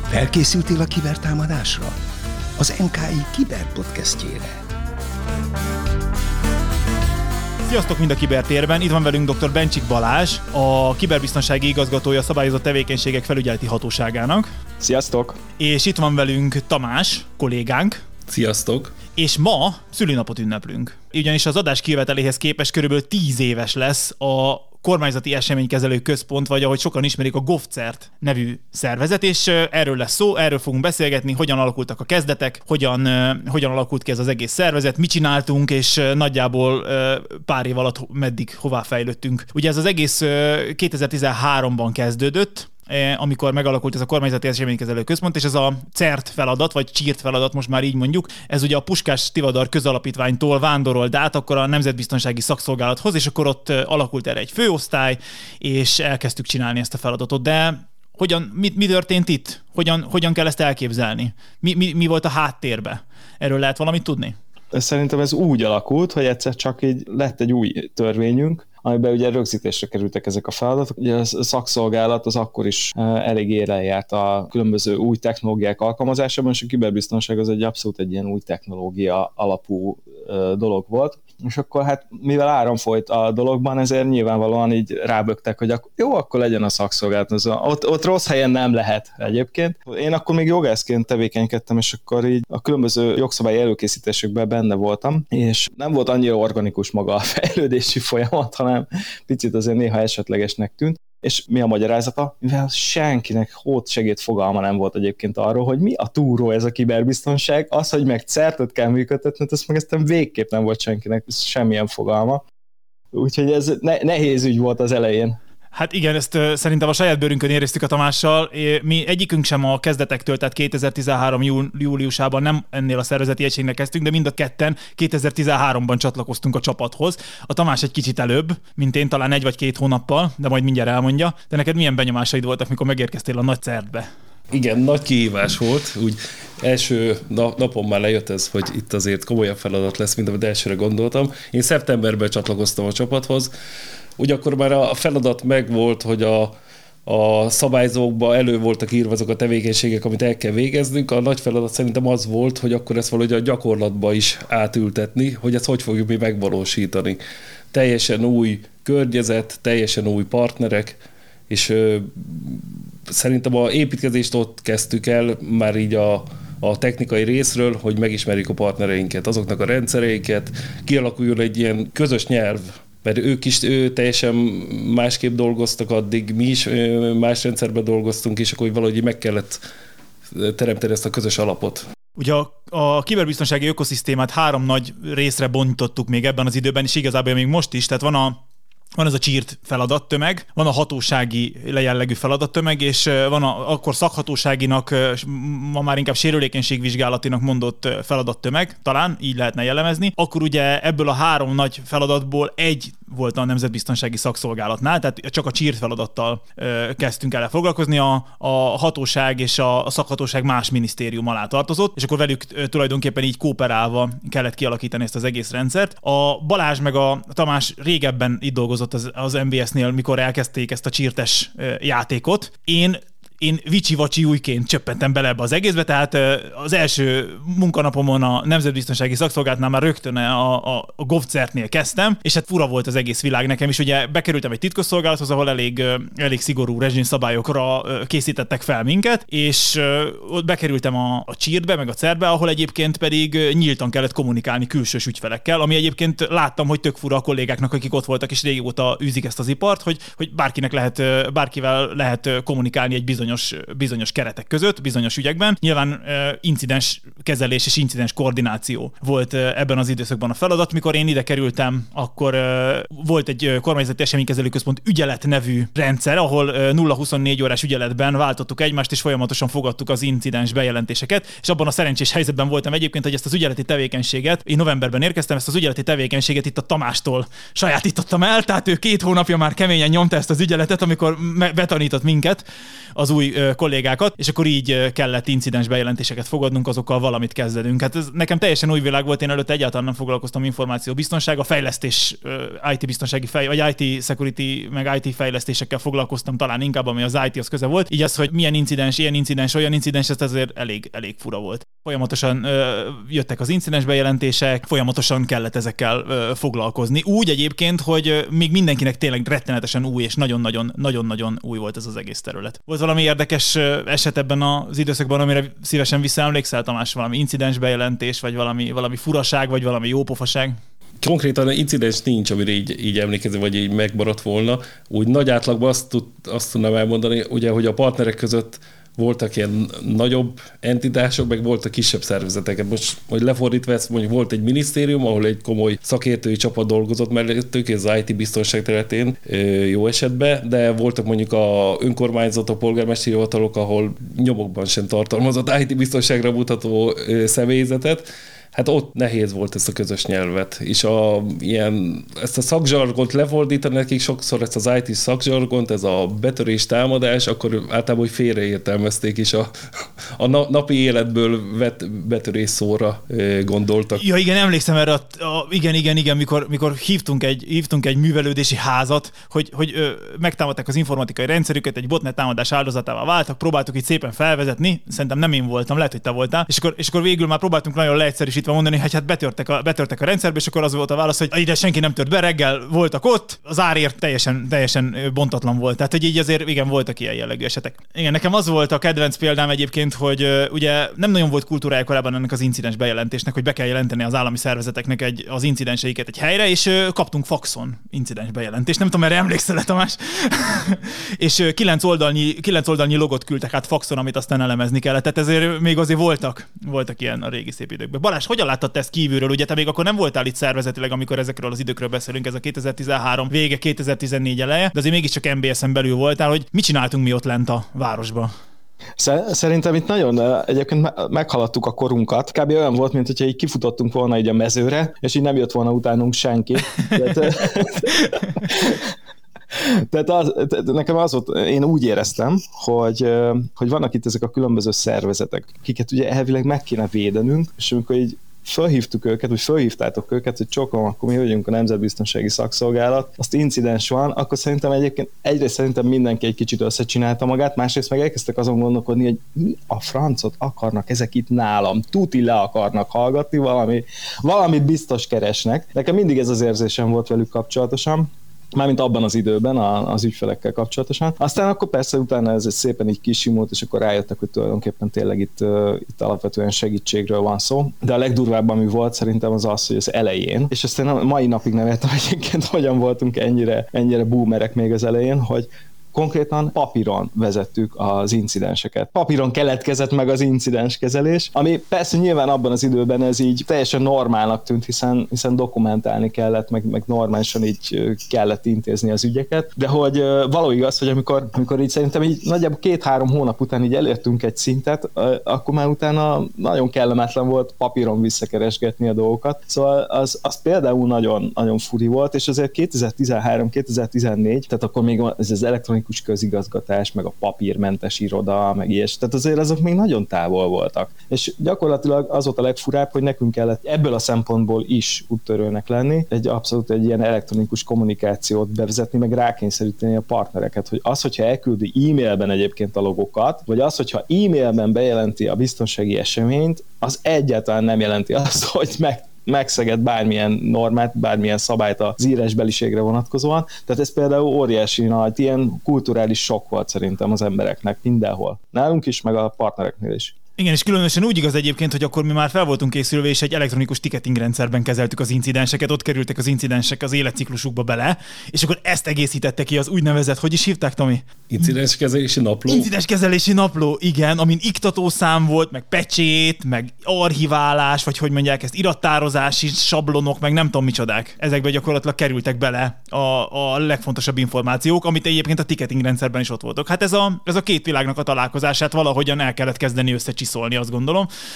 Felkészültél a kibertámadásra? Az NKI Kiberpodcastjére. Sziasztok mind a kibertérben, itt van velünk dr. Bencsik Balázs, a kiberbiztonsági igazgatója a szabályozott tevékenységek felügyeleti hatóságának. Sziasztok! És itt van velünk Tamás, kollégánk. Sziasztok! És ma szülinapot ünneplünk. Ugyanis az adás kijöveteléhez képest körülbelül 10 éves lesz a Kormányzati Eseménykezelő Központ, vagy ahogy sokan ismerik, a GovCert nevű szervezet, és erről lesz szó, erről fogunk beszélgetni, hogyan alakultak a kezdetek, hogyan alakult ki ez az egész szervezet, mit csináltunk, és nagyjából pár év alatt meddig, hová fejlődtünk. Ugye ez az egész 2013-ban kezdődött, amikor megalakult ez a Kormányzati Eseménykezelő Központ, és ez a CERT feladat, vagy CSIRT feladat, most már így mondjuk, ez ugye a Puskás Tivadar Közalapítványtól vándorolt át akkor a Nemzetbiztonsági Szakszolgálathoz, és akkor ott alakult erre egy főosztály, és elkezdtük csinálni ezt a feladatot. De mi történt itt? Hogyan kell ezt elképzelni? Mi volt a háttérbe? Erről lehet valamit tudni? Szerintem ez úgy alakult, hogy egyszer csak így lett egy új törvényünk, amiben ugye rögzítésre kerültek ezek a feladatok. Ugye a szakszolgálat az akkor is elég élen járt a különböző új technológiák alkalmazásában, és a kiberbiztonság az abszolút egy ilyen új technológia alapú dolog volt. És akkor hát mivel áram folyt a dologban, ezért nyilvánvalóan így rábögtek, hogy akkor legyen a szakszolgálat. Ott rossz helyen nem lehet egyébként. Én akkor még jogászként tevékenykedtem, és akkor így a különböző jogszabályi előkészítésekben benne voltam, és nem volt annyira organikus maga a fejlődési folyamat, hanem picit azért néha esetlegesnek tűnt. És mi a magyarázata? Mivel senkinek segéd fogalma nem volt egyébként arról, hogy mi a túró ez a kiberbiztonság, az, hogy meg CERT-öt kell működtetni, azt meg aztán végképp nem volt senkinek semmilyen fogalma. Úgyhogy ez nehéz ügy volt az elején. Hát igen, ezt szerintem a saját bőrünkön éreztük a Tamással. Mi egyikünk sem a kezdetektől, tehát 2013. júliusában nem ennél a szervezeti egységnek kezdtünk, de mind a ketten 2013-ban csatlakoztunk a csapathoz. A Tamás egy kicsit előbb, mint én, talán 1 vagy 2 hónappal, de majd mindjárt elmondja. De neked milyen benyomásaid voltak, mikor megérkeztél a nagy CERT-be? Igen, nagy kihívás volt. Úgy első napon már lejött ez, hogy itt azért komolyabb feladat lesz, mint amit elsőre gondoltam. Én szeptemberben csatlakoztam a csapathoz. Úgy akkor már a feladat megvolt, hogy a szabályzókba elő voltak írva azok a tevékenységek, amit el kell végeznünk. A nagy feladat szerintem az volt, hogy akkor ezt valahogy a gyakorlatba is átültetni, hogy ezt hogy fogjuk mi megvalósítani. Teljesen új környezet, teljesen új partnerek, és szerintem a építkezést ott kezdtük el, már így a technikai részről, hogy megismerjük a partnereinket, azoknak a rendszereiket, kialakuljon egy ilyen közös nyelv, mert ők is teljesen másképp dolgoztak addig, mi is más rendszerben dolgoztunk, és akkor valahogy meg kellett teremteni ezt a közös alapot. Ugye a kiberbiztonsági ökoszisztémát 3 nagy részre bontottuk még ebben az időben, és igazából még most is, tehát van ez a CSIRT feladattömeg, van a hatósági jellegű feladattömeg, és van akkor szakhatóságinak, ma már inkább sérülékenységvizsgálatinak mondott feladattömeg, talán így lehetne jellemezni. Akkor ugye ebből a 3 nagy feladatból egy volt a Nemzetbiztonsági Szakszolgálatnál, tehát csak a CSIRT feladattal kezdtünk el foglalkozni, a hatóság és a szakhatóság más minisztérium alá tartozott, és akkor velük tulajdonképpen így kooperálva kellett kialakítani ezt az egész rendszert. A Balázs meg a Tamás régebben itt dolgozott az MBS-nél, mikor elkezdték ezt a CSIRT-es játékot. Én vicsi-vacsi újként csöppentem bele ebbe az egészbe, tehát az első munkanapomon a Nemzetbiztonsági Szakszolgálatnál már rögtön a GovCert-nél kezdtem, és hát fura volt az egész világ nekem is. Ugye bekerültem egy titkosszolgálathoz, ahol elég szigorú rezsimszabályokra készítettek fel minket, és ott bekerültem a CSIRT-be, meg a CERT-be, ahol egyébként pedig nyíltan kellett kommunikálni külsős ügyfelekkel, ami egyébként láttam, hogy tök fura a kollégáknak, akik ott voltak és régóta űzik ezt az ipart, hogy bárkivel lehet kommunikálni egy bizonyos keretek között, bizonyos ügyekben. Nyilván incidens kezelés és incidens koordináció volt ebben az időszakban a feladat. Mikor én ide kerültem, akkor volt egy Kormányzati Eseménykezelő Központ ügyelet nevű rendszer, ahol 0-24 órás ügyeletben váltottuk egymást, és folyamatosan fogadtuk az incidens bejelentéseket, és abban a szerencsés helyzetben voltam egyébként, hogy ezt az ügyeleti tevékenységet, én novemberben érkeztem, ezt az ügyeleti tevékenységet itt a Tamástól sajátítottam el, tehát ő 2 hónapja már keményen nyomta ezt az ügyeletet, amikor betanított minket az új kollégákat, és akkor így kellett incidens bejelentéseket fogadnunk, azokkal valamit kezdedünk. Hát ez nekem teljesen új világ volt, én előtte egyáltalán nem foglalkoztam információbiztonsággal, fejlesztés, IT biztonsági vagy IT security, meg IT fejlesztésekkel foglalkoztam talán inkább, ami az IT-hoz köze volt. Így az, hogy milyen incidens, ilyen incidens, olyan incidens, ez azért elég fura volt. Folyamatosan jöttek az incidens bejelentések, folyamatosan kellett ezekkel foglalkozni. Úgy egyébként, hogy még mindenkinek tényleg rettenetesen új és nagyon-nagyon új volt ez az egész terület. Volt valami érdekes eset ebben az időszakban, amire szívesen visszaemlékszel, Tamás? Valami incidens bejelentés, vagy valami furaság, vagy valami jópofaság? Konkrétan incidens nincs, amire így emlékezem, vagy így megmaradt volna. Úgy nagy átlagban azt tudnám elmondani, ugye, hogy a partnerek között voltak ilyen nagyobb entitások, meg voltak kisebb szervezetek. Most, hogy lefordítva ezt, mondjuk volt egy minisztérium, ahol egy komoly szakértői csapat dolgozott mellettük, az IT biztonság területén jó esetben, de voltak mondjuk a önkormányzatok, polgármesteri hivatalok, ahol nyomokban sem tartalmazott IT biztonságra mutató személyzetet. Hát ott nehéz volt ezt a közös nyelvet, és ezt a szakzsargont lefordítani nekik sokszor, ezt az IT szakzsargont, ez a betörés támadás, akkor általában hogy félreértelmezték, és a napi életből vett betörés szóra gondoltak. Ja, igen, emlékszem erre, igen, mikor hívtunk egy művelődési házat, hogy megtámadták az informatikai rendszerüket, egy botnet támadás áldozatává váltak, próbáltuk itt szépen felvezetni, szerintem nem én voltam, lehet, hogy te voltál, és akkor végül már próbáltunk nagyon leegyszerűsítve mondani, hogy hát betörtek a rendszerbe, és akkor az volt a válasz, hogy ide senki nem tört be, reggel voltak ott, az árért teljesen bontatlan volt. Tehát, hogy így azért igen, voltak ilyen jellegű esetek. Igen, nekem az volt a kedvenc példám egyébként, hogy ugye nem nagyon volt kultúrája korábban ennek az incidens bejelentésnek, hogy be kell jelenteni az állami szervezeteknek az incidenseiket egy helyre, és kaptunk faxon incidens bejelentést. Nem tudom, erre emlékszel, Tamás? És 9 oldalnyi logot küldtek át faxon, amit aztán elemezni kellett. Tehát ezért még azért voltak ilyen a régi szép időkben. Balázs, hogyan láttad ezt kívülről? Ugye te még akkor nem voltál itt szervezetileg, amikor ezekről az időkről beszélünk, ez a 2013 vége, 2014 eleje, de azért mégiscsak MBS-en belül voltál, hogy mit csináltunk mi ott lent a városba? Szerintem itt nagyon egyébként meghaladtuk a korunkat. Kb. Olyan volt, mint hogyha így kifutottunk volna így a mezőre, és így nem jött volna utánunk senki. Tehát nekem az volt, én úgy éreztem, hogy vannak itt ezek a különböző szervezetek, akiket ugye elvileg meg kéne védenünk, és amikor így felhívtuk őket, vagy felhívtátok őket, hogy csokom, akkor mi vagyunk a Nemzetbiztonsági Szakszolgálat, azt incidens van, akkor szerintem egyébként egyrészt mindenki egy kicsit összecsinálta magát, másrészt meg elkezdtek azon gondolkodni, hogy mi a francot akarnak ezek itt nálam, tuti le akarnak hallgatni, valamit biztos keresnek. Nekem mindig ez az érzésem volt velük kapcsolatosan, mármint abban az időben az ügyfelekkel kapcsolatosan. Aztán akkor persze utána ez szépen így kisimult, és akkor rájöttek, hogy tulajdonképpen tényleg itt alapvetően segítségről van szó. De a legdurvább, ami volt szerintem az, hogy az elején, és aztán a mai napig nem értem egyébként, hogyan voltunk ennyire boomerek még az elején, hogy konkrétan papíron vezettük az incidenseket. Papíron keletkezett meg az incidenskezelés, ami persze nyilván abban az időben ez így teljesen normálnak tűnt, hiszen dokumentálni kellett, meg normálisan így kellett intézni az ügyeket, de hogy való igaz, hogy amikor így szerintem így nagyjából 2-3 hónap után így elértünk egy szintet, akkor már utána nagyon kellemetlen volt papíron visszakeresgetni a dolgokat. Szóval az például nagyon, nagyon furi volt, és azért 2013-2014, tehát akkor még ez az elektronikus közigazgatás, meg a papírmentes iroda, meg ilyes. Tehát azért azok még nagyon távol voltak. És gyakorlatilag az volt a legfurább, hogy nekünk kellett ebből a szempontból is úttörőnek lenni, abszolút egy ilyen elektronikus kommunikációt bevezetni, meg rákényszeríteni a partnereket, hogy az, hogyha elküldi e-mailben egyébként a logokat, vagy az, hogyha e-mailben bejelenti a biztonsági eseményt, az egyáltalán nem jelenti azt, hogy megszegett bármilyen normát, bármilyen szabályt az írásbeliségre vonatkozóan. Tehát ez például óriási nagy, ilyen kulturális sok volt szerintem az embereknek mindenhol. Nálunk is, meg a partnereknél is. Igen, és különösen úgy igaz egyébként, hogy akkor mi már fel voltunk készülve, és egy elektronikus ticketing rendszerben kezeltük az incidenseket, ott kerültek az incidensek az életciklusukba bele, és akkor ezt egészítette ki az úgynevezett, hogy is hívták, Tomi? Incidenskezelési napló? Incidenskezelési napló, igen, amin iktatószám volt, meg pecsét, meg archiválás, vagy hogy mondják ezt, irattározási sablonok, meg nem tudom micsodák. Ezekbe gyakorlatilag kerültek bele a legfontosabb információk, amit egyébként a ticketing rendszerben is ott voltak. Hát ez a két világnak a találkozását valahogyan el kellett kezdeni összecsiszolni, azt gondolom.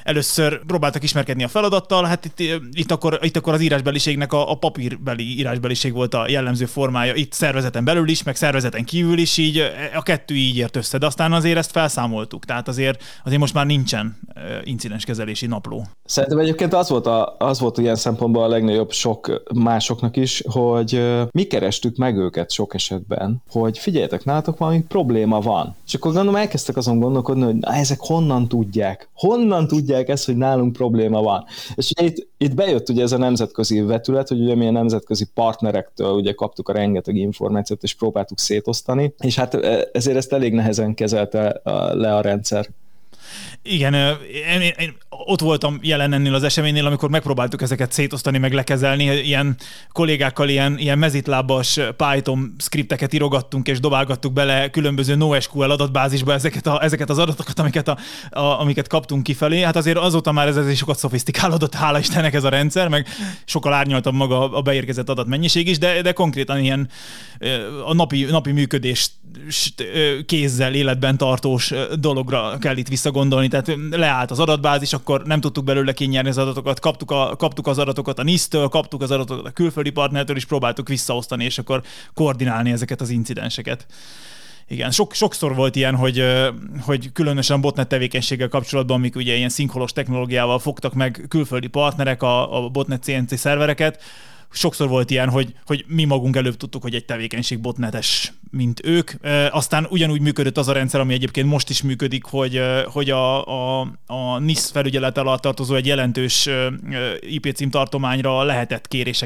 először próbáltak ismerkedni a feladattal, hát itt akkor az írásbeliségnek a papírbeli írásbeliség volt a jellemző formája, itt szervezeten belül is, meg szervezeten kívül is, így a kettő így ért össze, de aztán azért ezt felszámoltuk, tehát azért most már nincsen incidenskezelési napló. Szerintem egyébként az volt ilyen szempontból a legnagyobb sok másoknak is, hogy mi kerestük meg őket sok esetben, hogy figyeljetek, nálatok valami probléma van. És akkor gondolom elkezdtek azon gondolkodni, hogy na, ezek honnan tudják? Honnan tudják ezt, hogy nálunk probléma van? És ugye itt bejött ugye ez a nemzetközi vetület, hogy ugye mi a nemzetközi partnerektől ugye kaptuk a rengeteg információt, és próbáltuk szétosztani, és hát ezért ezt elég nehezen kezelte le a rendszer. Igen, én ott voltam jelen ennél az eseménynél, amikor megpróbáltuk ezeket szétosztani, meg lekezelni, ilyen kollégákkal ilyen mezitlábas Python skripteket írogattunk, és dobálgattuk bele különböző NoSQL adatbázisba ezeket az adatokat, amiket kaptunk kifelé. Hát azért azóta már ez sokat szofisztikálódott, hála Istennek ez a rendszer, meg sokkal árnyaltabb maga a beérkezett adatmennyiség is, de konkrétan ilyen a napi működést kézzel életben tartós dologra kell itt visszagondolni, tehát leállt az adatbázis, akkor nem tudtuk belőle kinyerni az adatokat, kaptuk az adatokat a NISZ-től, kaptuk az adatokat a külföldi partnertől, és próbáltuk visszaosztani, és akkor koordinálni ezeket az incidenseket. Igen, sokszor volt ilyen, hogy különösen botnet tevékenységgel kapcsolatban, amik ugye ilyen szinkronos technológiával fogtak meg külföldi partnerek a botnet CNC szervereket, sokszor volt ilyen, hogy mi magunk előbb tudtuk, hogy egy tevékenység botnetes, mint ők. Aztán ugyanúgy működött az a rendszer, ami egyébként most is működik, hogy a NISZ felügyelet alatt tartozó egy jelentős IP címtartományra lehetett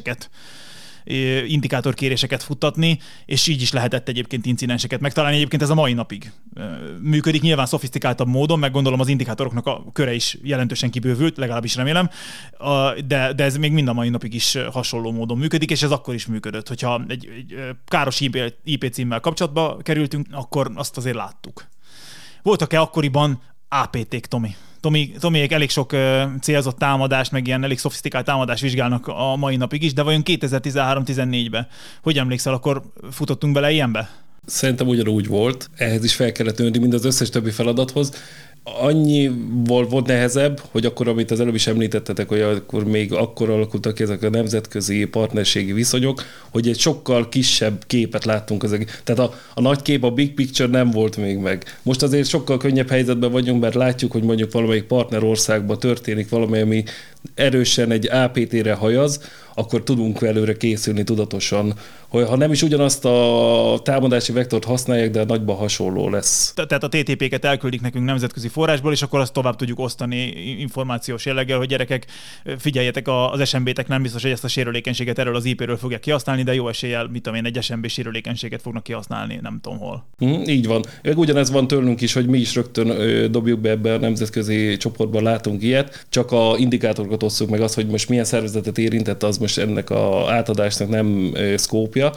indikátorkéréseket futtatni, és így is lehetett egyébként incidenseket megtalálni. Egyébként ez a mai napig működik, nyilván szofisztikáltabb módon, meg gondolom az indikátoroknak a köre is jelentősen kibővült, legalábbis remélem, de ez még mind a mai napig is hasonló módon működik, és ez akkor is működött. Hogyha egy káros IP címmel kapcsolatba kerültünk, akkor azt azért láttuk. Voltak-e akkoriban APT-k, Tomiék elég sok célzott támadást, meg ilyen elég szofisztikált támadást vizsgálnak a mai napig is, de vajon 2013-14-ben, hogy emlékszel, akkor futottunk bele ilyenbe? Szerintem ugyanúgy volt. Ehhez is fel kellett nőni, mint az összes többi feladathoz. Annyi volt nehezebb, hogy akkor, amit az előbb is említettetek, hogy akkor alakultak ki ezek a nemzetközi partnerségi viszonyok, hogy egy sokkal kisebb képet láttunk ezek. Tehát a nagy kép, a big picture nem volt még meg. Most azért sokkal könnyebb helyzetben vagyunk, mert látjuk, hogy mondjuk valamelyik partnerországban történik valami, ami erősen egy APT-re hajaz, akkor tudunk előre készülni tudatosan, hogy ha nem is ugyanazt a támadási vektort használják, de nagyban hasonló lesz. Tehát a TTP-ket elküldik nekünk nemzetközi forrásból, és akkor azt tovább tudjuk osztani információs jelleggel, hogy gyerekek, figyeljetek, az SMB-tek nem biztos, hogy ezt a sérülékenységet erről az IP-ről fogják kihasználni, de jó eséllyel, mit tudom én, egy SMB sérülékenységet fognak kihasználni, nem tudom hol. Így van. Ugyanez van tőlünk is, hogy mi is rögtön dobjuk be ebbe a nemzetközi csoportban, látunk ilyet, csak a indikátorokat osszuk meg, az, hogy most milyen szervezetet érintett, az most ennek az átadásnak nem szkópja,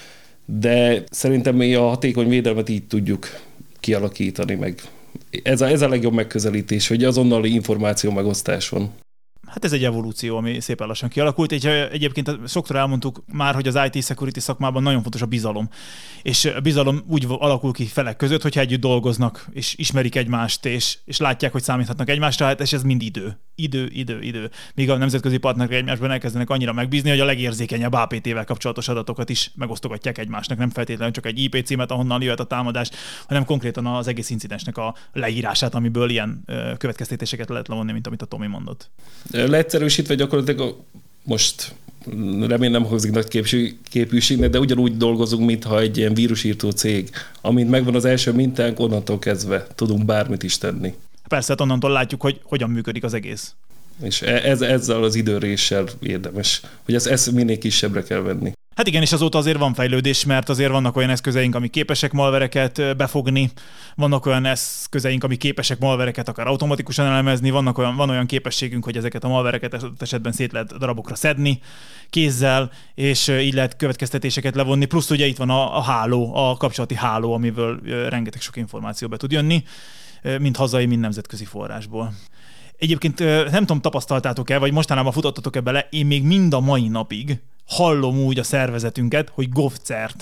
de szerintem mi a hatékony védelmet így tudjuk kialakítani meg. Ez a legjobb megközelítés, hogy azonnali információ megosztáson. Hát ez egy evolúció, ami szépen lassan kialakult. Egyébként sokszor elmondtuk már, hogy az IT security szakmában nagyon fontos a bizalom. És a bizalom úgy alakul ki felek között, hogyha együtt dolgoznak, és ismerik egymást, és látják, hogy számíthatnak egymásra, hát és ez mind idő. Míg a nemzetközi partnerek egymásban elkezdenek annyira megbízni, hogy a legérzékenyebb APT-vel kapcsolatos adatokat is megosztogatják egymásnak, nem feltétlenül csak egy IP címet, ahonnan jöhet a támadás, hanem konkrétan az egész incidensnek a leírását, amiből ilyen következtetéseket lehet levonni, mint amit a Tomi mondott. Leegyszerűsítve gyakorlatilag most remélem nem hangzik nagy képűségnek, de ugyanúgy dolgozunk, mintha egy ilyen vírusírtó cég. Amint megvan az első mintánk, onnantól kezdve tudunk bármit is tenni. Persze, hát onnantól látjuk, hogy hogyan működik az egész. És ezzel az időréssel érdemes, hogy ezt minél kisebbre kell venni. Hát igen, és azóta azért van fejlődés, mert azért vannak olyan eszközeink, amik képesek malvereket befogni, vannak olyan eszközeink, amik képesek malvereket akár automatikusan elemezni, van olyan képességünk, hogy ezeket a malvereket esetben szét lehet darabokra szedni kézzel, és így lehet következtetéseket levonni. Plusz ugye itt van a háló, a kapcsolati háló, amiből rengeteg sok információ be tud jönni, mind hazai, mind nemzetközi forrásból. Egyébként nem tudom, tapasztaltátok-e, vagy mostanában futottatok-e bele, én még mind a mai napig hallom úgy a szervezetünket, hogy govcert.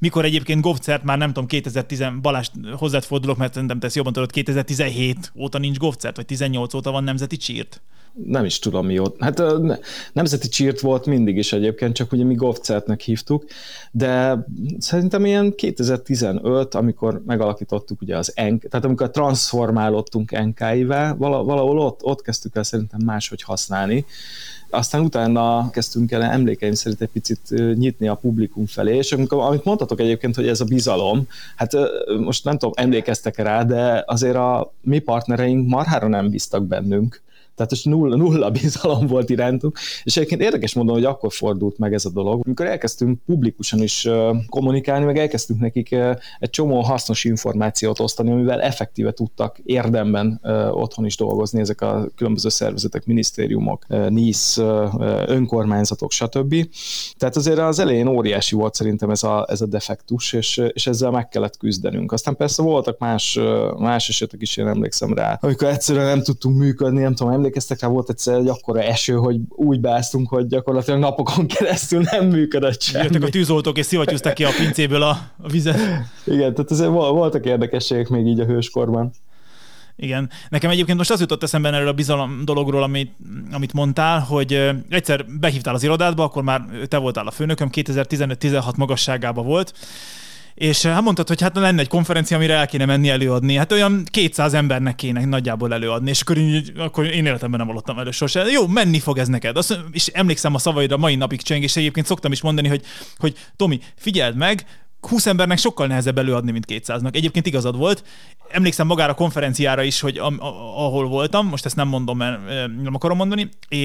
mikor egyébként GovCert már nem tudom, 2010, Balázs, hozzád fordulok, mert szerintem te ezt jobban tudod, 2017 óta nincs GovCert, vagy 18 óta van nemzeti csírt? Nem is tudom mióta. Hát nemzeti csírt volt mindig is egyébként, csak ugye mi GovCert-nek hívtuk, de szerintem ilyen 2015, amikor megalakítottuk ugye az tehát amikor transformálódtunk NKI-vel, valahol ott kezdtük el szerintem máshogy használni. Aztán utána kezdtünk el emlékeim szerint egy picit nyitni a publikum felé, és amit mondtatok egyébként, hogy ez a bizalom, hát most nem tudom, emlékeztek rá, de azért a mi partnereink marhára nem bíztak bennünk. Tehát most nulla bizalom volt irántuk, és egyébként érdekes módon, hogy akkor fordult meg ez a dolog, amikor elkezdtünk publikusan is kommunikálni, meg elkezdtünk nekik egy csomó hasznos információt osztani, amivel effektíve tudtak érdemben otthon is dolgozni ezek a különböző szervezetek, minisztériumok, NISZ, önkormányzatok, stb. Tehát azért az elején óriási volt szerintem ez a defektus, és ezzel meg kellett küzdenünk. Aztán persze voltak más esetek is, én emlékszem rá, amikor egyszerűen nem tudtunk működni, nem tudom, emlékeztek rá, volt egyszer egy akkora eső, hogy úgy beáztunk, hogy gyakorlatilag napokon keresztül nem működött semmi. Jöttek a tűzoltók és szivattyúzták ki a pincéből a vizet. Igen, tehát azért voltak érdekességek még így a hőskorban. Igen. Nekem egyébként most az jutott eszemben erről a bizalom dologról, amit mondtál, hogy egyszer behívtál az irodádba, akkor már te voltál a főnököm, 2015-16 magasságában volt, és hát mondtad, hogy hát lenne egy konferencia, amire el kéne menni előadni. Hát olyan 200 embernek kéne nagyjából előadni, és akkor én életemben nem hallottam először. Jó, menni fog ez neked. És emlékszem a szavaidra mai napig cseng, és egyébként szoktam is mondani, hogy Tomi, figyeld meg, 20 embernek sokkal nehezebb előadni, mint 200-nak. Egyébként igazad volt. Emlékszem magára a konferenciára is, hogy ahol voltam, most ezt nem mondom, mert nem akarom mondani,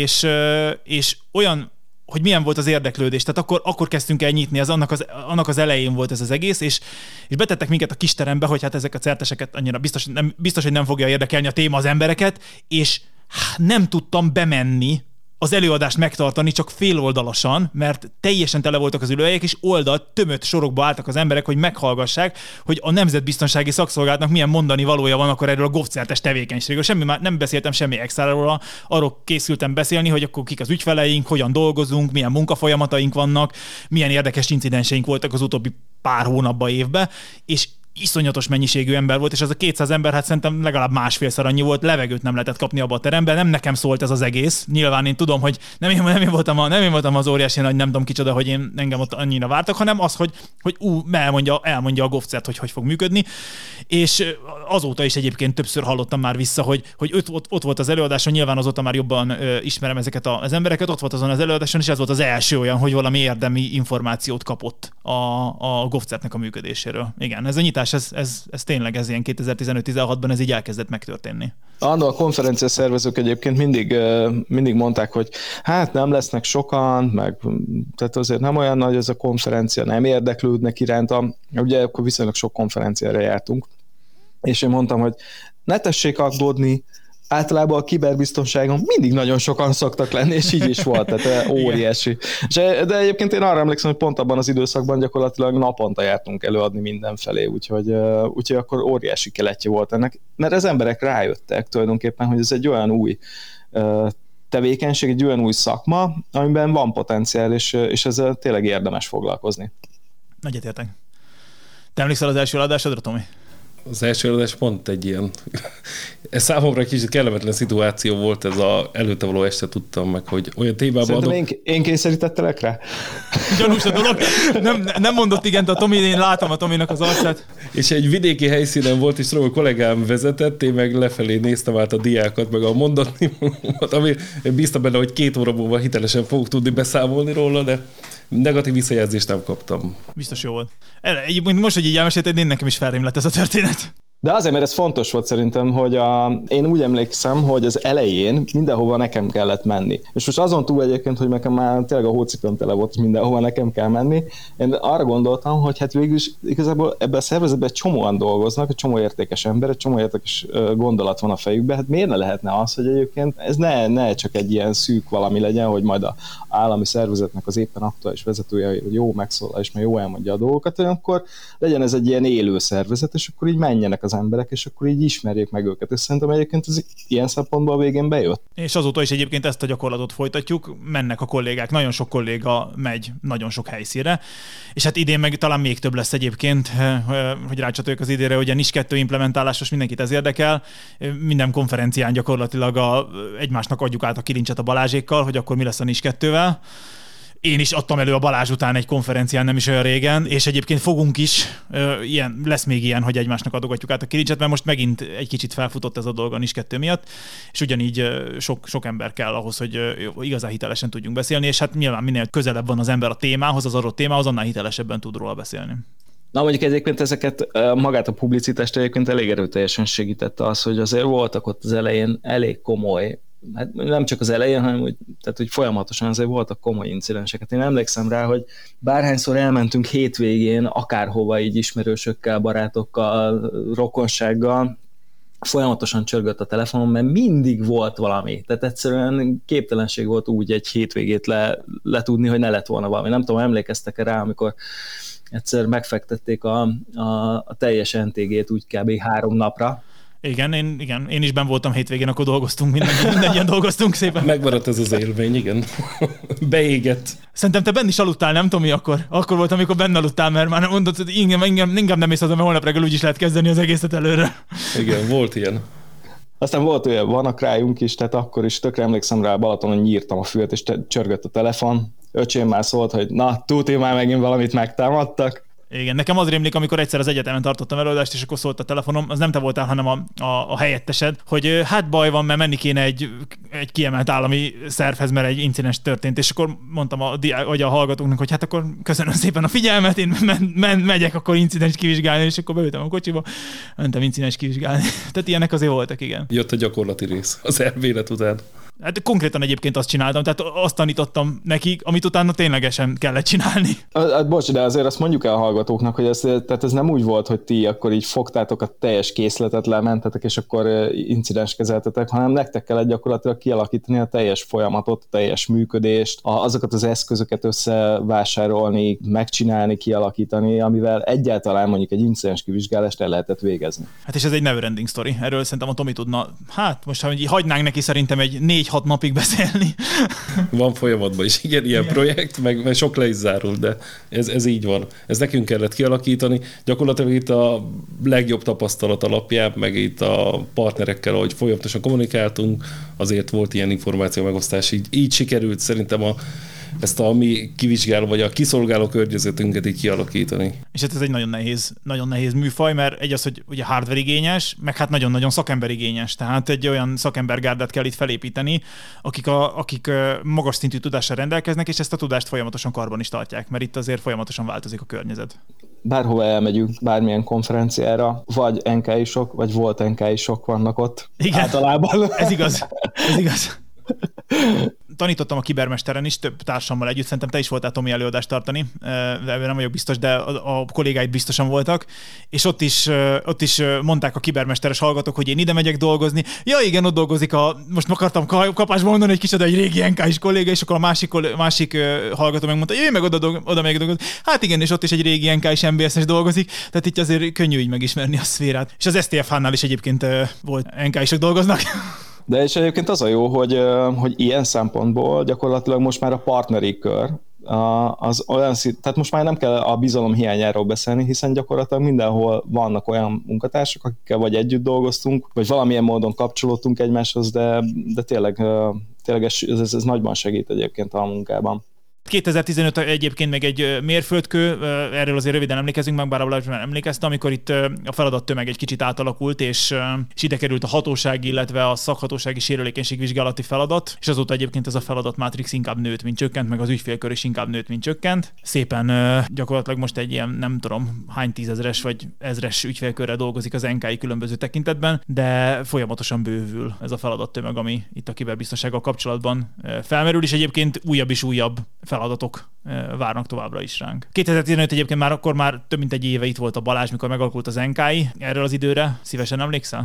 és olyan, hogy milyen volt az érdeklődés. Tehát akkor kezdtünk el nyitni, annak az elején volt ez az egész, és betettek minket a kisterembe, hogy hát ezek a certeseket annyira biztos, hogy nem fogja érdekelni a téma az embereket, és nem tudtam bemenni az előadást megtartani csak féloldalasan, mert teljesen tele voltak az ülőhelyek, és tömött sorokba álltak az emberek, hogy meghallgassák, hogy a Nemzetbiztonsági Szakszolgálatnak milyen mondani valója van akkor erről a GovCertes tevékenységről. Már nem beszéltem semmi extráról, arról készültem beszélni, hogy akkor kik az ügyfeleink, hogyan dolgozunk, milyen munkafolyamataink vannak, milyen érdekes incidenseink voltak az utóbbi pár hónapban, évben, és iszonyatos mennyiségű ember volt, és az a 200 ember, hát szerintem legalább másfélszer annyi volt, levegőt nem lehetett kapni abba a teremben, nem nekem szólt ez az egész. Nyilván én tudom, hogy nem én voltam az óriási nagy, nem tudom kicsoda, hogy engem ott annyira vártak, hanem az, hogy elmondja a GovCert, hogy fog működni. És azóta is egyébként többször hallottam már vissza, hogy ott volt az előadáson, nyilván azóta már jobban ismerem ezeket az embereket, ott volt azon az előadáson, és ez volt az első olyan, hogy valami érdemi információt kapott a GovCertnek a működéséről. Igen, ez a nyitás, ez tényleg ez ilyen 2015-16-ban ez így elkezdett megtörténni. A konferencia szervezők egyébként mindig mondták, hogy hát nem lesznek sokan, tehát azért nem olyan nagy ez a konferencia, nem érdeklődnek iránta. Ugye akkor viszonylag sok konferenciára jártunk, és én mondtam, hogy ne tessék aggódni, általában a kiberbiztonságon mindig nagyon sokan szoktak lenni, és így is volt, tehát óriási. De egyébként én arra emlékszem, hogy pont abban az időszakban gyakorlatilag naponta jártunk előadni mindenfelé, úgyhogy akkor óriási keletje volt ennek, mert az emberek rájöttek tulajdonképpen, hogy ez egy olyan új tevékenység, egy olyan új szakma, amiben van potenciál, és ezzel tényleg érdemes foglalkozni. Egyetértek. Te emlékszel az első adásodra, Tomi? Az első előadás pont egy ilyen, ez számomra egy kicsit kellemetlen szituáció volt, ez előtte való este tudtam meg, hogy olyan témában adok. Én kényszerítettelek rá? Gyanús a dolog. Nem mondott igent a Tomi, én látom a Tominak az arcát. És egy vidéki helyszínen volt, és a kollégám vezetett, én meg lefelé néztem át a diákat, meg a mondatnimat, ami bíztam benne, hogy 2 óra múlva hitelesen fogok tudni beszámolni róla, de negatív visszajelzést nem kaptam. Biztos jó volt. Egyébként most, hogy így elmesélted, én nekem is felrém lett ez a történet. De azért, mert ez fontos volt szerintem, hogy én úgy emlékszem, hogy az elején mindenhova nekem kellett menni. És most azon túl egyébként, hogy nekem már tényleg a hócipőm tele volt, hogy mindenhova nekem kell menni, én arra gondoltam, hogy hát végül is igazából ebben a szervezetben egy csomóan dolgoznak, egy csomó értékes ember, egy csomó értékes gondolat van a fejükben, hát miért ne lehetne az, hogy egyébként ez ne csak egy ilyen szűk valami legyen, hogy majd az állami szervezetnek az éppen aktuális vezetője, hogy jó megszólal és majd jó elmondja a dolgokat, hogy akkor legyen ez egy ilyen élő szervezet, és akkor így menjenek az emberek, és akkor így ismerjék meg őket. És szerintem egyébként ez ilyen szempontból a végén bejött. És azóta is egyébként ezt a gyakorlatot folytatjuk, mennek a kollégák, nagyon sok kolléga megy nagyon sok helyszínre, és hát idén meg talán még több lesz egyébként, hogy rácsatoljuk az idénre, hogy a NIS 2 implementálásos mindenkit ez érdekel, minden konferencián gyakorlatilag egymásnak adjuk át a kilincset a Balázsékkal, hogy akkor mi lesz a NIS 2-vel. Én is adtam elő a Balázs után egy konferencián nem is olyan régen, és egyébként fogunk is, lesz még ilyen, hogy egymásnak adogatjuk át a kilincset, mert most megint egy kicsit felfutott ez a dolog a NIS 2 miatt, és ugyanígy sok ember kell ahhoz, hogy igazán hitelesen tudjunk beszélni, és hát nyilván minél közelebb van az ember a témához, az adott témához, annál hitelesebben tud róla beszélni. Na mondjuk egyébként ezeket, magát a publicitást egyébként elég erőteljesen segítette az, hogy azért voltak ott az elején elég komoly, hát nem csak az elején, hanem hogy folyamatosan azért voltak komoly incidenseket. Én emlékszem rá, hogy bárhányszor elmentünk hétvégén, akárhova így ismerősökkel, barátokkal, rokonsággal, folyamatosan csörgött a telefonom, mert mindig volt valami. Tehát egyszerűen képtelenség volt úgy egy hétvégét letudni, hogy ne lett volna valami. Nem tudom, emlékeztek-e rá, amikor egyszer megfektették a teljes NTG-t úgy kb. 3 napra. Igen, én is benn voltam hétvégén, akkor dolgoztunk, mindannyian dolgoztunk szépen. Megmaradt ez az élmény, igen. Beégett. Szerintem te benn is aludtál, nem Tomi, akkor? Akkor volt, amikor benne aludtál, mert már mondod, hogy inkább nem ész haza, mert holnap reggel úgyis lehet kezdeni az egészet előre. Igen, volt ilyen. Aztán volt olyan, van a cryunk is, tehát akkor is tökre emlékszem rá, Balatonon nyírtam a fület, és csörgött a telefon. Öcsém már szólt, hogy na, tuti, már megint valamit megtámadtak. Igen, nekem az rémlik, amikor egyszer az egyetemen tartottam előadást, és akkor szólt a telefonom, az nem te voltál, hanem a helyettesed, hogy hát baj van, mert menni kéne egy kiemelt állami szervhez, mert egy incidens történt, és akkor mondtam a hallgatóknak, hogy hát akkor köszönöm szépen a figyelmet, én megyek akkor incidens kivizsgálni, és akkor beültem a kocsiba, mentem incidens kivizsgálni. Tehát ilyenek azért voltak, igen. Jött a gyakorlati rész az elmélet után. Hát konkrétan egyébként azt csináltam, tehát azt tanítottam nekik, amit utána ténylegesen kellett csinálni. Bocs, de azért azt mondjuk el a hallgatóknak, hogy ez nem úgy volt, hogy ti akkor így fogtátok a teljes készletet, lementetek, és akkor incidens kezeltetek, hanem nektek kellett gyakorlatilag kialakítani a teljes folyamatot, a teljes működést, azokat az eszközöket összevásárolni, megcsinálni, kialakítani, amivel egyáltalán mondjuk egy incidens kivizsgálást el lehetett végezni. Hát és ez egy never ending story. Erről szerintem a Tomi tudna, hát most ha hagynánk neki szerintem egy 4-6 napig beszélni. Van folyamatban is ilyen projekt, meg sok le is zárul, de ez így van. Ez nekünk kellett kialakítani. Gyakorlatilag itt a legjobb tapasztalat alapján, meg itt a partnerekkel, ahogy folyamatosan kommunikáltunk, azért volt ilyen információ megosztás. Így sikerült szerintem ezt a mi kivizsgáló, vagy a kiszolgáló környezetünket így kialakítani. És hát ez egy nagyon nehéz műfaj, mert egy az, hogy ugye hardware igényes, meg hát nagyon-nagyon szakemberigényes. Tehát egy olyan szakembergárdát kell itt felépíteni, akik magas szintű tudással rendelkeznek, és ezt a tudást folyamatosan karban is tartják, mert itt azért folyamatosan változik a környezet. Bárhova elmegyünk, bármilyen konferenciára, vagy NKI-sok, vagy volt NKI-sok vannak ott. Igen, általában. Ez igaz. Tanítottam a kibermesteren is, több társammal együtt, szerintem te is voltál Tomi előadást tartani, de nem vagyok biztos, de a kollégáid biztosan voltak, és ott is mondták a kibermesteres hallgatók, hogy én ide megyek dolgozni. Ja igen, ott dolgozik most akartam kapásba mondani egy kicsit, egy régi NK-s kolléga, és akkor a másik hallgató megmondta, jöjj meg oda megyek dolgozni. Hát igen, és ott is egy régi NK-s MBS-es dolgozik, tehát itt azért könnyű így megismerni a szférát. És az STFH-nál is egyébként volt NK-sok dolgoznak. De és egyébként az a jó, hogy ilyen szempontból gyakorlatilag most már a partneri kör, az olyan, tehát most már nem kell a bizalom hiányáról beszélni, hiszen gyakorlatilag mindenhol vannak olyan munkatársak, akikkel vagy együtt dolgoztunk, vagy valamilyen módon kapcsolódtunk egymáshoz, de tényleg ez nagyban segít egyébként a munkában. 2015 egyébként még egy mérföldkő, erről azért röviden emlékezünk meg, bár abban már emlékeztem, amikor itt a feladattömeg egy kicsit átalakult, és ide került a hatósági, illetve a szakhatósági sérülékenységvizsgálati feladat, és azóta egyébként ez a feladat mátrix inkább nőtt, mint csökkent, meg az ügyfélkör is inkább nőtt, mint csökkent. Szépen gyakorlatilag most egy ilyen, nem tudom, hány tízezres vagy ezres ügyfélkörrel dolgozik az NKI különböző tekintetben, de folyamatosan bővül ez a feladattömeg, ami itt a kiberbiztonsággal kapcsolatban felmerül, és egyébként újabb és újabb feladatok várnak továbbra is ránk. 2015 egyébként akkor már több mint egy éve itt volt a Balázs, mikor megalakult az NKI. Erről az időre szívesen emlékszel?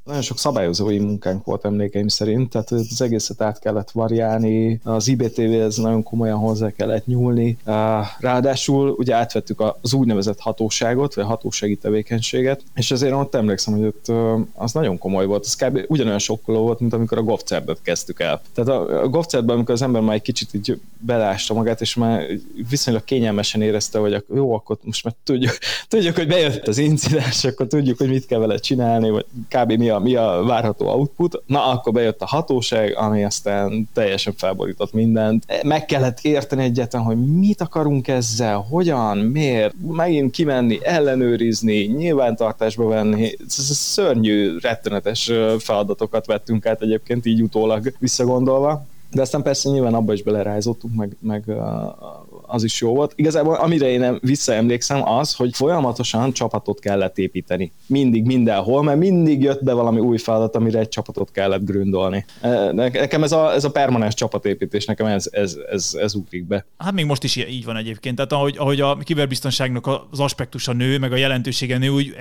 Nagyon sok szabályozói munkánk volt emlékeim szerint, tehát az egészet át kellett variálni, az IBTV-hez nagyon komolyan hozzá kellett nyúlni, ráadásul ugye átvettük az úgynevezett hatóságot, vagy a hatósági tevékenységet, és ezért ott emlékszem, hogy ott az nagyon komoly volt, az kb. Ugyanolyan sokkoló volt, mint amikor a GovCert-et kezdtük el. Tehát a GovCert-ben, amikor az ember már egy kicsit így belásta magát, és már viszonylag kényelmesen érezte, hogy jó, akkor most már tudjuk, hogy bejött az incidens, akkor tudjuk, hogy mit kell vele csinálni, vagy kb. Mi a várható output. Na, akkor bejött a hatóság, ami aztán teljesen felborított mindent. Meg kellett érteni egyáltalán, hogy mit akarunk ezzel, hogyan, miért, megint kimenni, ellenőrizni, nyilvántartásba venni. Szörnyű, rettenetes feladatokat vettünk át egyébként így utólag visszagondolva. De aztán persze nyilván abba is belerázottunk, meg az is jó volt. Igazából amire én visszaemlékszem az, hogy folyamatosan csapatot kellett építeni. Mindig, mindenhol, mert mindig jött be valami új feladat, amire egy csapatot kellett gründolni. Nekem ez a permanens csapatépítés, nekem ez ugrik be. Hát még most is így van egyébként. Tehát ahogy a kiberbiztonságnak az aspektusa nő, meg a jelentősége nő, úgy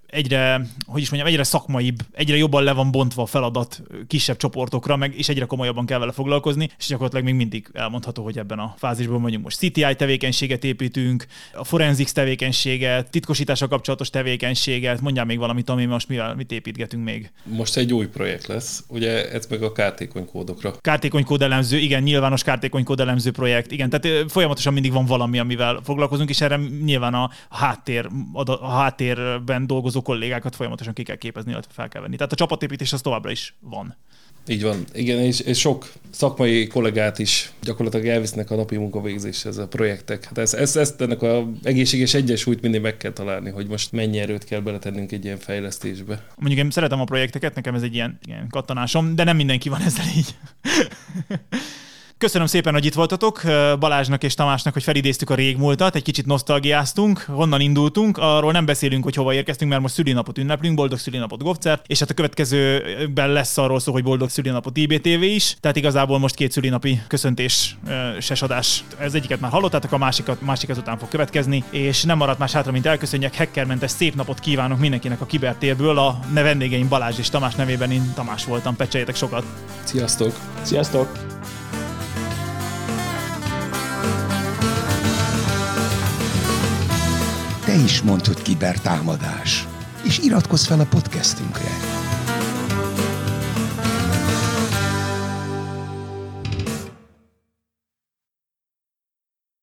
egyre szakmaibb, egyre jobban le van bontva a feladat kisebb csoportokra, és egyre komolyabban kell vele foglalkozni, és gyakorlatilag még mindig elmondható, hogy ebben a fázisban mondjuk most CTI tevékenységet építünk, a forensics tevékenységet, titkosítással kapcsolatos tevékenységet, mondjál még valamit, ami most mit építgetünk még. Most egy új projekt lesz, ugye ez meg a kártékony kódokra. Kártékony kódelemző, igen, nyilvános kártékony kódelemző projekt, igen, tehát folyamatosan mindig van valami, amivel foglalkozunk, és erre nyilván a háttérben dolgozó kollégákat folyamatosan ki kell képezni, illetve fel kell venni. Tehát a csapatépítés az továbbra is van. Így van, igen, és sok szakmai kollégát is gyakorlatilag elvisznek a napi munkavégzéshez a projektek. Hát ezt ennek az egészséges egyensúlyt mindig meg kell találni, hogy most mennyi erőt kell beletennünk egy ilyen fejlesztésbe. Mondjuk én szeretem a projekteket, nekem ez egy ilyen kattanásom, de nem mindenki van ezzel így. Köszönöm szépen, hogy itt voltatok, Balázsnak és Tamásnak, hogy felidéztük a régmúltat, egy kicsit nosztalgiáztunk, honnan indultunk, arról nem beszélünk, hogy hova érkeztünk, mert most szülinapot ünneplünk, boldog szülinapot GovCert, és hát a következőben lesz arról szó, hogy boldog szülinapot IBTV is, tehát igazából most 2 szülinapi köszöntéses adás. Ez egyiket már hallottátok, a másik ezután fog következni, és nem maradt más hátra, mint elköszönjek, hackermentes szép napot kívánok mindenkinek a kibertérből, a vendégeim Balázs és Tamás nevében én Tamás voltam, pecseljetek sokat! Sziasztok! Sziasztok! Te is mondd, hogy kibertámadás, és iratkozz fel a podcastünkre.